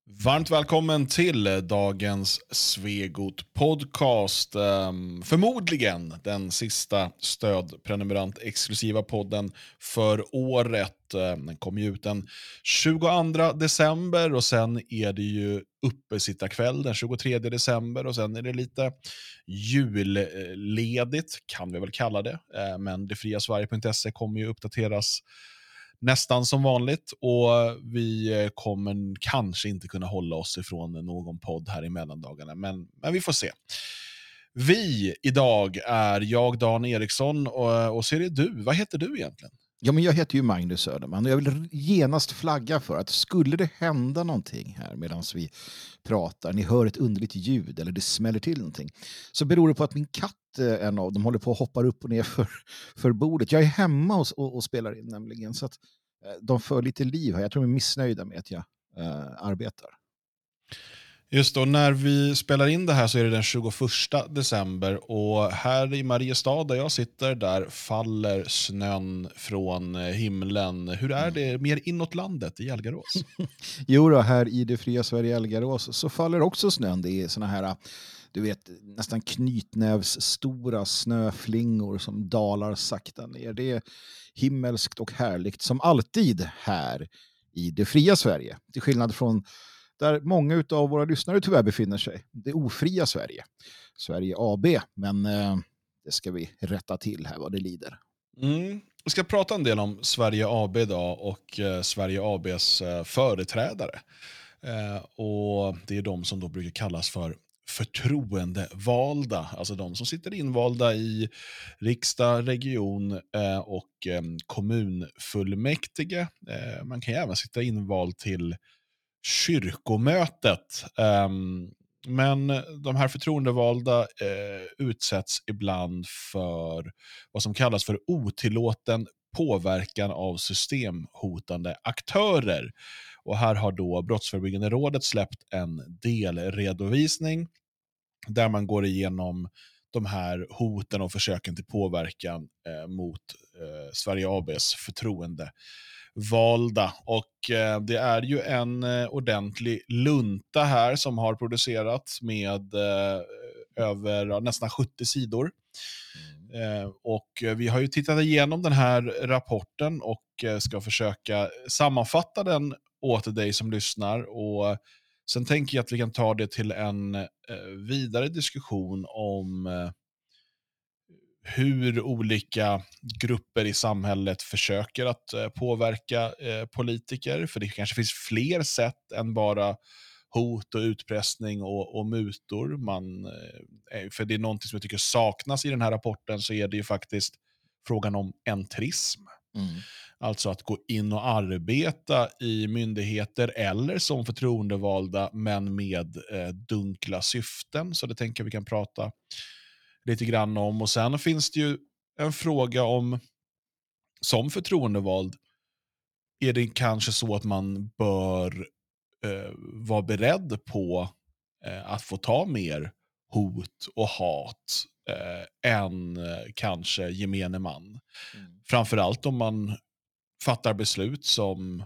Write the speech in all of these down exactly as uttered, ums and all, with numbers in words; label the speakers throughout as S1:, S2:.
S1: Varmt välkommen till dagens Svegot podcast. Um, förmodligen den sista stödprenumerant exklusiva podden för året. Um, den kom ju ut den tjugoandra december och sen är det ju uppesittarkväll den tjugotredje december och sen är det lite julledigt kan vi väl kalla det. Uh, men detfriasverige punkt se kommer ju uppdateras nästan som vanligt och vi kommer kanske inte kunna hålla oss ifrån någon podd här i mellandagarna, men, men vi får se. Vi idag är jag, Dan Eriksson, och, och så är det du. Vad heter du egentligen?
S2: Ja, men jag heter ju Magnus Söderman och jag vill genast flagga för att skulle det hända någonting här medan vi pratar, ni hör ett underligt ljud eller det smäller till någonting, så beror det på att min katt, en av dem, håller på att hoppa upp och ner för, för bordet. Jag är hemma och, och, och spelar in nämligen, så att eh, de för lite liv här. Jag tror de är missnöjda med att jag eh, arbetar.
S1: Just då, när vi spelar in det här så är det den tjugoförsta december och här i Mariestad där jag sitter, där faller snön från himlen. Hur är det mer inåt landet i Elgarås?
S2: Jo då, här i det fria Sverige Elgarås så faller också snön. Det är såna här, du vet, nästan knytnävs stora snöflingor som dalar sakta ner. Det är himmelskt och härligt som alltid här i det fria Sverige. Till skillnad från där många av våra lyssnare tyvärr befinner sig. Det ofria Sverige. Sverige A B. Men eh, det ska vi rätta till här vad det lider.
S1: Mm. Vi ska prata en del om Sverige A B idag och eh, Sverige A Bs eh, företrädare. Eh, och det är de som då brukar kallas för förtroendevalda. Alltså de som sitter invalda i riksdag, region eh, och eh, kommunfullmäktige. Eh, man kan ju även sitta invald till kyrkomötet. Um, men de här förtroendevalda eh, utsätts ibland för vad som kallas för otillåten påverkan av systemhotande aktörer. Och här har då Brottsförebyggande rådet släppt en delredovisning där man går igenom de här hoten och försöken till påverkan eh, mot eh, Sverige A Bs förtroende valda. Och eh, det är ju en eh, ordentlig lunta här som har producerats med eh, över ja, nästan sjuttio sidor. Eh, och vi har ju tittat igenom den här rapporten och eh, ska försöka sammanfatta den åt dig som lyssnar, och sen tänker jag att vi kan ta det till en eh, vidare diskussion om eh, hur olika grupper i samhället försöker att eh, påverka eh, politiker. För det kanske finns fler sätt än bara hot och utpressning och, och mutor. Man, eh, för det är någonting som jag tycker saknas i den här rapporten, så är det ju faktiskt frågan om entrism. Mm. Alltså att gå in och arbeta i myndigheter eller som förtroendevalda men med eh, dunkla syften. Så det tänker jag vi kan prata lite grann om. Och sen finns det ju en fråga om, som förtroendevald, är det kanske så att man bör eh, vara beredd på eh, att få ta mer hot och hat eh, än eh, kanske gemene man. Mm. Framförallt om man fattar beslut som,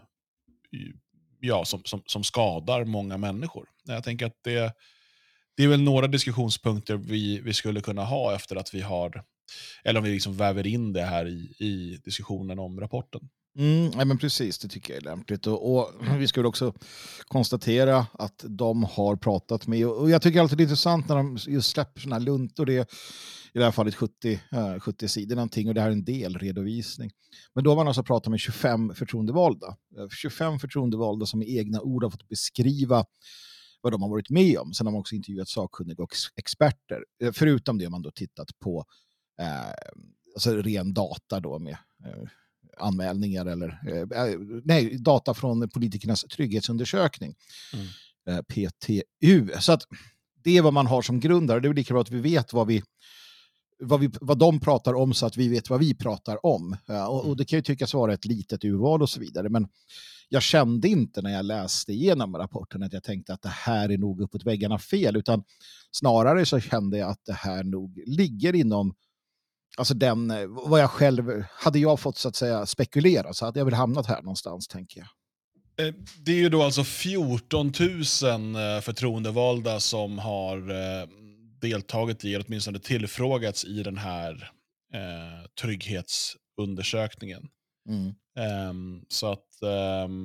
S1: ja, som, som, som skadar många människor. Jag tänker att det Det är väl några diskussionspunkter vi, vi skulle kunna ha efter att vi har, eller om vi liksom väver in det här i, i diskussionen om rapporten.
S2: Mm, nej men precis, det tycker jag är lämpligt. Och, och vi skulle också konstatera att de har pratat med, och jag tycker alltid det är intressant när de just släpper sådana här luntor. Det är i det här fallet sjuttio, sjuttio sidor någonting, och det här är en delredovisning. Men då har man alltså pratat med tjugofem förtroendevalda. tjugofem förtroendevalda som i egna ord har fått beskriva vad de har varit med om. Sen har man också intervjuat sakkunniga och experter. Förutom det har man då tittat på eh, alltså ren data då med eh, anmälningar eller eh, nej, data från politikernas trygghetsundersökning. Mm. Eh, P T U. Så att det är vad man har som grundare. Det är lika bra att vi vet vad vi Vad, vi, vad de pratar om så att vi vet vad vi pratar om. Ja, och, och det kan ju tyckas vara ett litet urval och så vidare. Men jag kände inte när jag läste igenom rapporten att jag tänkte att det här är nog uppåt väggarna fel. Utan snarare så kände jag att det här nog ligger inom, alltså den, vad jag själv, hade jag fått så att säga spekulera så hade jag väl hamnat här någonstans, tänker jag.
S1: Eh, Det är ju då alltså fjorton tusen eh, förtroendevalda som har eh, deltagit i, eller åtminstone tillfrågats i den här eh, trygghetsundersökningen.
S2: Mm.
S1: Ehm, så att ehm,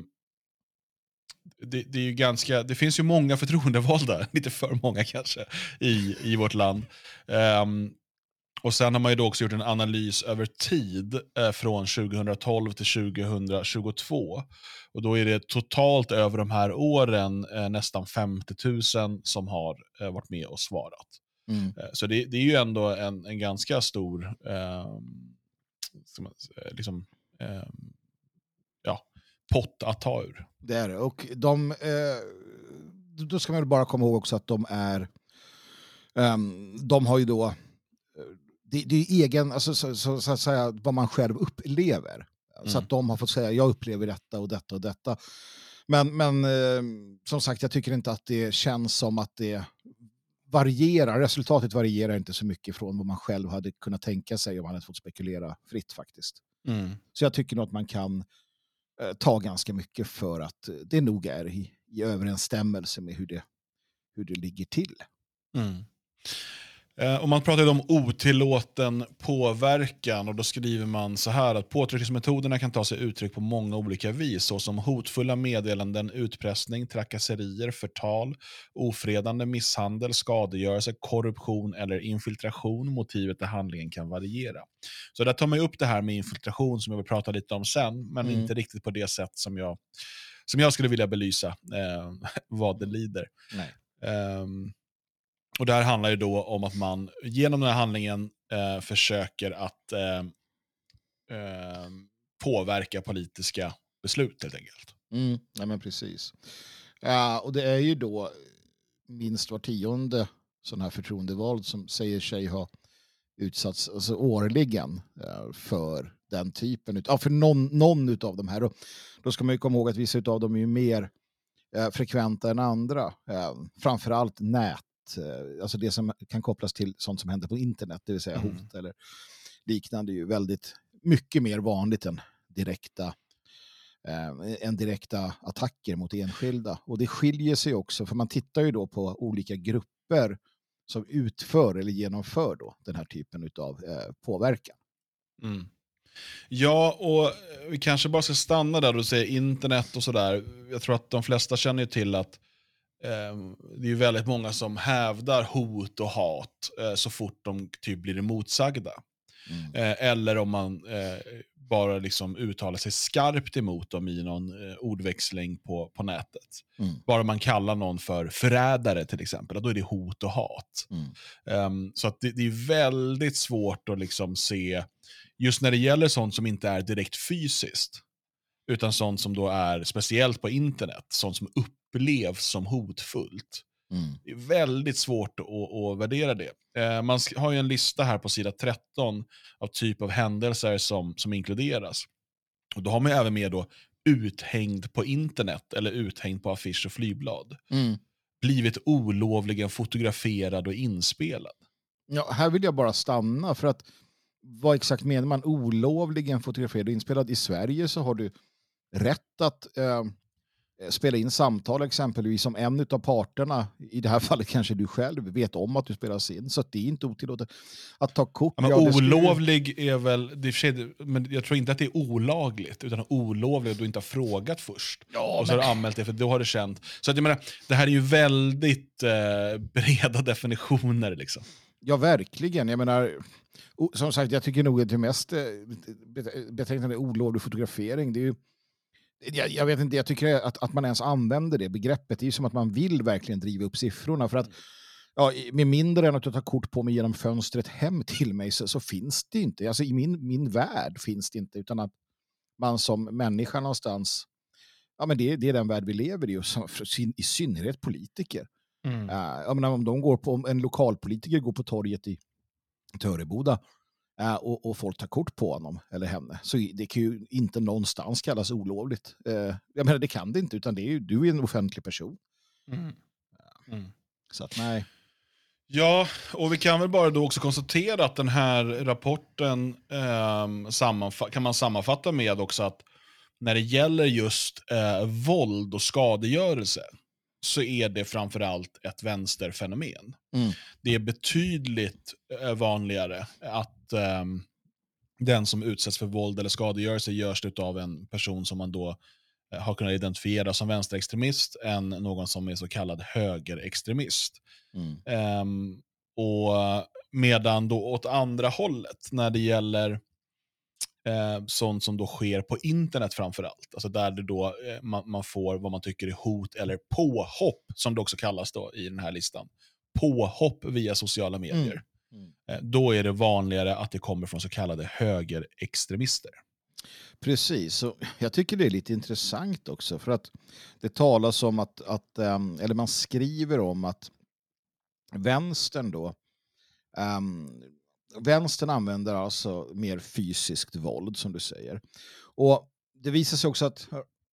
S1: det, det är ju ganska, det finns ju många förtroendevalda, lite för många kanske, i, i vårt land. Ehm, och sen har man ju då också gjort en analys över tid eh, från tjugohundratolv till tjugohundratjugotvå. Och då är det totalt över de här åren eh, nästan femtio tusen som har eh, varit med och svarat.
S2: Mm.
S1: Eh, så det, det är ju ändå en, en ganska stor eh, ska man, säga, liksom, eh, ja, pott att ta ur.
S2: Det är det. Och de, eh, då ska man väl bara komma ihåg också att de är, um, de har ju då, det, det är egen, alltså så, så, så att säga, vad man själv upplever. Mm. Så att de har fått säga, jag upplever detta och detta och detta. Men, men eh, som sagt, jag tycker inte att det känns som att det varierar, resultatet varierar inte så mycket från vad man själv hade kunnat tänka sig om man hade fått spekulera fritt faktiskt.
S1: Mm.
S2: Så jag tycker nog att man kan eh, ta ganska mycket för att det nog är i, i överensstämmelse med hur det, hur det ligger till.
S1: Mm. Eh, och man pratar ju om otillåten påverkan, och då skriver man så här att påtryckningsmetoderna kan ta sig uttryck på många olika vis, såsom hotfulla meddelanden, utpressning, trakasserier, förtal, ofredande, misshandel, skadegörelse, korruption eller infiltration. Motivet till handlingen kan variera. Så där tar man ju upp det här med infiltration som jag vill prata lite om sen, men
S2: Mm.
S1: inte riktigt på det sätt som jag, som jag skulle vilja belysa eh, vad det lider.
S2: Nej.
S1: Um, Och det här handlar ju då om att man genom den här handlingen eh, försöker att eh, eh, påverka politiska beslut helt enkelt.
S2: Mm, nej men precis. Ja, och det är ju då minst var tionde sån här förtroendevald som säger sig ha utsatts alltså årligen eh, för den typen utav, ja, för någon, någon utav de här. Och då ska man ju komma ihåg att vissa utav dem är ju mer eh, frekventa än andra. Eh, framförallt nät. Alltså det som kan kopplas till sånt som händer på internet, det vill säga hot mm. eller liknande, är ju väldigt mycket mer vanligt än direkta, eh, än direkta attacker mot enskilda. Och det skiljer sig också, för man tittar ju då på olika grupper som utför eller genomför då den här typen av eh, påverkan.
S1: Mm. Ja, och vi kanske bara ska stanna där och säga internet och sådär. Jag tror att de flesta känner ju till att det är ju väldigt många som hävdar hot och hat eh, så fort de typ blir emotsagda. Mm. Eh, eller om man eh, bara liksom uttalar sig skarpt emot dem i någon eh, ordväxling på, på nätet. Mm. Bara man kallar någon för förrädare till exempel, då är det hot och hat. Mm. Um, så att det, det är väldigt svårt att liksom se, just när det gäller sånt som inte är direkt fysiskt, utan sånt som då är speciellt på internet, sånt som upplevs som hotfullt. Mm. Det är väldigt svårt att, att värdera det. Eh, man har ju en lista här på sida tretton av typ av händelser som, som inkluderas. Och då har man ju även med då uthängd på internet eller uthängd på affisch och flygblad. Mm. Blivit olovligen fotograferad och inspelad.
S2: Ja, här vill jag bara stanna för att vad exakt menar man olovligen fotograferad och inspelad? I Sverige så har du rätt att eh, spela in samtal exempelvis om en av parterna, i det här fallet kanske du själv, vet om att du spelas in, så att det är inte otillåtet att ta kort.
S1: Ja, men ja, olovlig skulle... är väl, det är för sig, men jag tror inte att det är olagligt, utan olovligt att du inte har frågat först. Ja, och så men... har du anmält det, för då har du känt. Så att jag menar, det här är ju väldigt eh, breda definitioner liksom.
S2: Ja, verkligen. Jag menar, som sagt, jag tycker nog att det mest betecknande olovlig fotografering, det är ju Jag, jag vet inte, jag tycker att, att man ens använder det begreppet. Det är ju som att man vill verkligen driva upp siffrorna. För att ja, med mindre än att jag tar kort på mig genom fönstret hem till mig så, så finns det inte. Alltså i min, min värld finns det inte. Utan att man som människa någonstans, ja men det, det är den värld vi lever i. Och som, i synnerhet politiker. Mm. Uh, jag menar, om de går på, om en lokalpolitiker går på torget i Töreboda Uh, och, och folk tar kort på honom eller henne, så det kan ju inte någonstans kallas olovligt. Uh, jag menar, det kan det inte, utan det är ju, du är en offentlig person. Mm. Mm. Så att nej.
S1: Ja, och vi kan väl bara då också konstatera att den här rapporten um, sammanfa- kan man sammanfatta med också att när det gäller just eh, våld och skadegörelse så är det framförallt ett vänsterfenomen.
S2: Mm.
S1: Det är betydligt eh, vanligare att eh, den som utsätts för våld eller skadegörelse görs det av en person som man då eh, har kunnat identifiera som vänsterextremist än någon som är så kallad högerextremist.
S2: Mm.
S1: Um, och medan då åt andra hållet när det gäller eh, sånt som då sker på internet framförallt, alltså där det då eh, man, man får vad man tycker är hot eller påhopp, som det också kallas då i den här listan, påhopp via sociala medier.
S2: Mm. Mm.
S1: Eh, då är det vanligare att det kommer från så kallade högerextremister.
S2: Precis, så jag tycker det är lite intressant också för att det talas om att, att um, eller man skriver om att vänstern då um, vänstern använder alltså mer fysiskt våld som du säger. Och det visar sig också att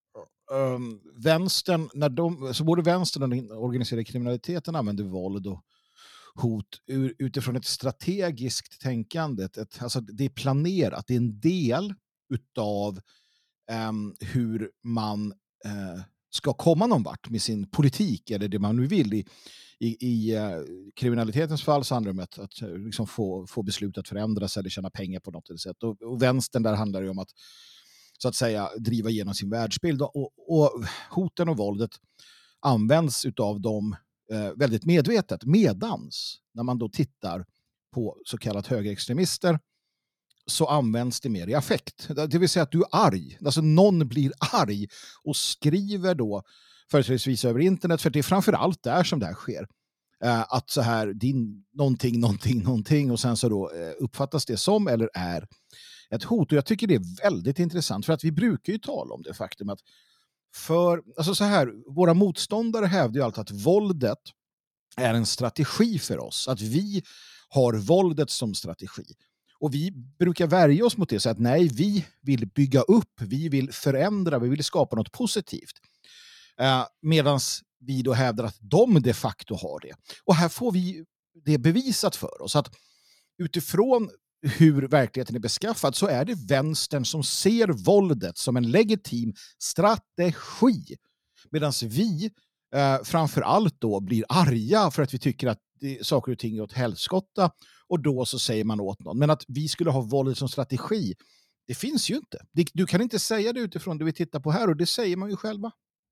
S2: um, vänstern, när de, så både vänstern och den organiserade kriminaliteten använder våld och hot ur, utifrån ett strategiskt tänkande. Ett, alltså det är planerat, det är en del utav um, hur man uh, ska komma någon vart med sin politik eller det man nu vill. I, i, i uh, kriminalitetens fall så handlar det om att, att liksom få, få beslut att förändras eller tjäna pengar på något sätt. Och, och vänstern där handlar det om att så att säga driva igenom sin världsbild. Och, och hoten och våldet används utav dem eh, väldigt medvetet. Medans när man då tittar på så kallat högerextremister så används det mer i affekt. Det vill säga att du är arg. Alltså någon blir arg och skriver då företrädesvis över internet, för det är framförallt där som det här sker. Eh, att så här, din, någonting, någonting, någonting och sen så då eh, uppfattas det som eller är ett hot. Och jag tycker det är väldigt intressant för att vi brukar ju tala om det faktum att för, alltså så här, våra motståndare hävdar ju alltid att våldet är en strategi för oss. Att vi har våldet som strategi. Och vi brukar värja oss mot det så att nej, vi vill bygga upp, vi vill förändra, vi vill skapa något positivt. Eh, Medan vi då hävdar att de de facto har det. Och här får vi det bevisat för oss att utifrån hur verkligheten är beskaffad så är det vänstern som ser våldet som en legitim strategi. Medan vi eh, framförallt då blir arga för att vi tycker att det, saker och ting är åt helskotta och då så säger man åt någon. Men att vi skulle ha våldet som strategi, det finns ju inte. Det, du kan inte säga det utifrån det vi tittar på här och det säger man ju själva.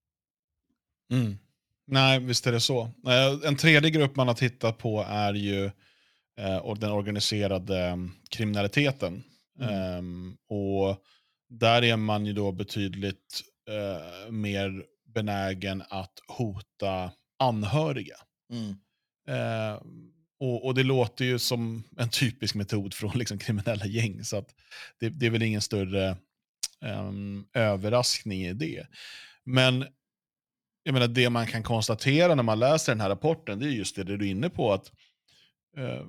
S1: Mm. Nej, visst är det så. Eh, En tredje grupp man har tittat på är ju eh, och den organiserade eh, kriminaliteten.
S2: Mm.
S1: Ehm, och där är man ju då betydligt eh, mer benägen att hota anhöriga.
S2: Mm.
S1: Eh, och, och det låter ju som en typisk metod från liksom kriminella gäng, så att det, det är väl ingen större um, överraskning i det. Men jag menar, det man kan konstatera när man läser den här rapporten, det är just det du är inne på, att uh,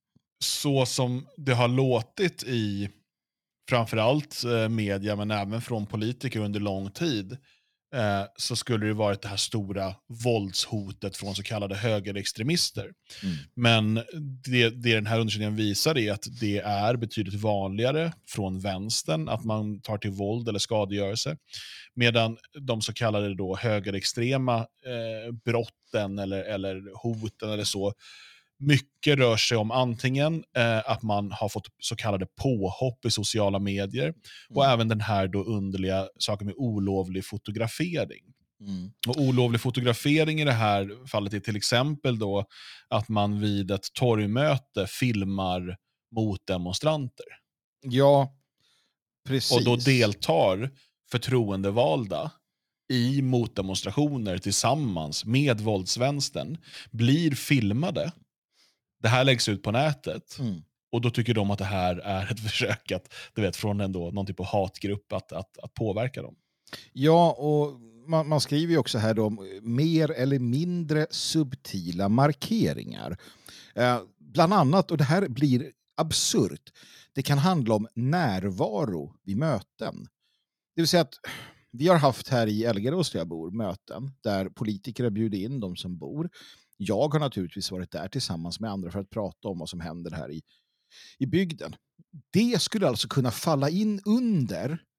S1: så som det har låtit i framförallt uh, media, men även från politiker under lång tid, eh, så skulle det varit det här stora våldshotet från så kallade högerextremister.
S2: Mm.
S1: Men det, det den här undersökningen visar är att det är betydligt vanligare från vänstern att man tar till våld eller skadegörelse, medan de så kallade då högerextrema eh, brotten eller, eller hoten eller så mycket rör sig om antingen eh, att man har fått så kallade påhopp i sociala medier och
S2: Mm.
S1: även den här då underliga saken med olovlig fotografering.
S2: Mm.
S1: Och olovlig fotografering i det här fallet är till exempel då att man vid ett torgmöte filmar motdemonstranter.
S2: Ja, precis.
S1: Och då deltar förtroendevalda i motdemonstrationer tillsammans med våldsvänstern, blir filmade. Det här läggs ut på nätet.
S2: Mm.
S1: Och då tycker de att det här är ett försök att, du vet, från en då, någon typ av hatgrupp att, att, att påverka dem.
S2: Ja, och man, man skriver ju också här då om mer eller mindre subtila markeringar. Eh, bland annat, och det här blir absurt, det kan handla om närvaro vid möten. Det vill säga att vi har haft här i Elgarås där jag bor möten där politiker har bjudit in de som bor. Jag har naturligtvis varit där tillsammans med andra för att prata om vad som händer här i, i bygden. Det skulle alltså kunna falla in under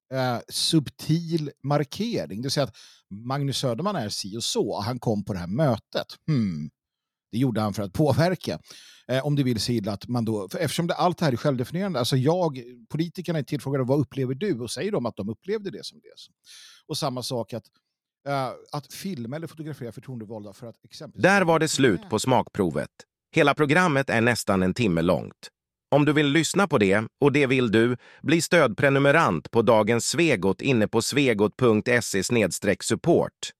S2: eh, subtil markering. Det vill säga att Magnus Söderman är si och så. Han kom på det här mötet. Hmm. Det gjorde han för att påverka. Eh, om det vill se illa att man då... För eftersom det, allt det här är självdefinierande. Alltså jag, politikerna är tillfrågade, vad upplever du? Och säger de att de upplevde det som det. Och samma sak att, eh, att filma eller fotografera förtroendevalda för att exempelvis...
S3: Där var det slut på smakprovet. Hela programmet är nästan en timme långt. Om du vill lyssna på det, och det vill du, bli stödprenumerant på dagens Svegot inne på svegot punkt se slash support.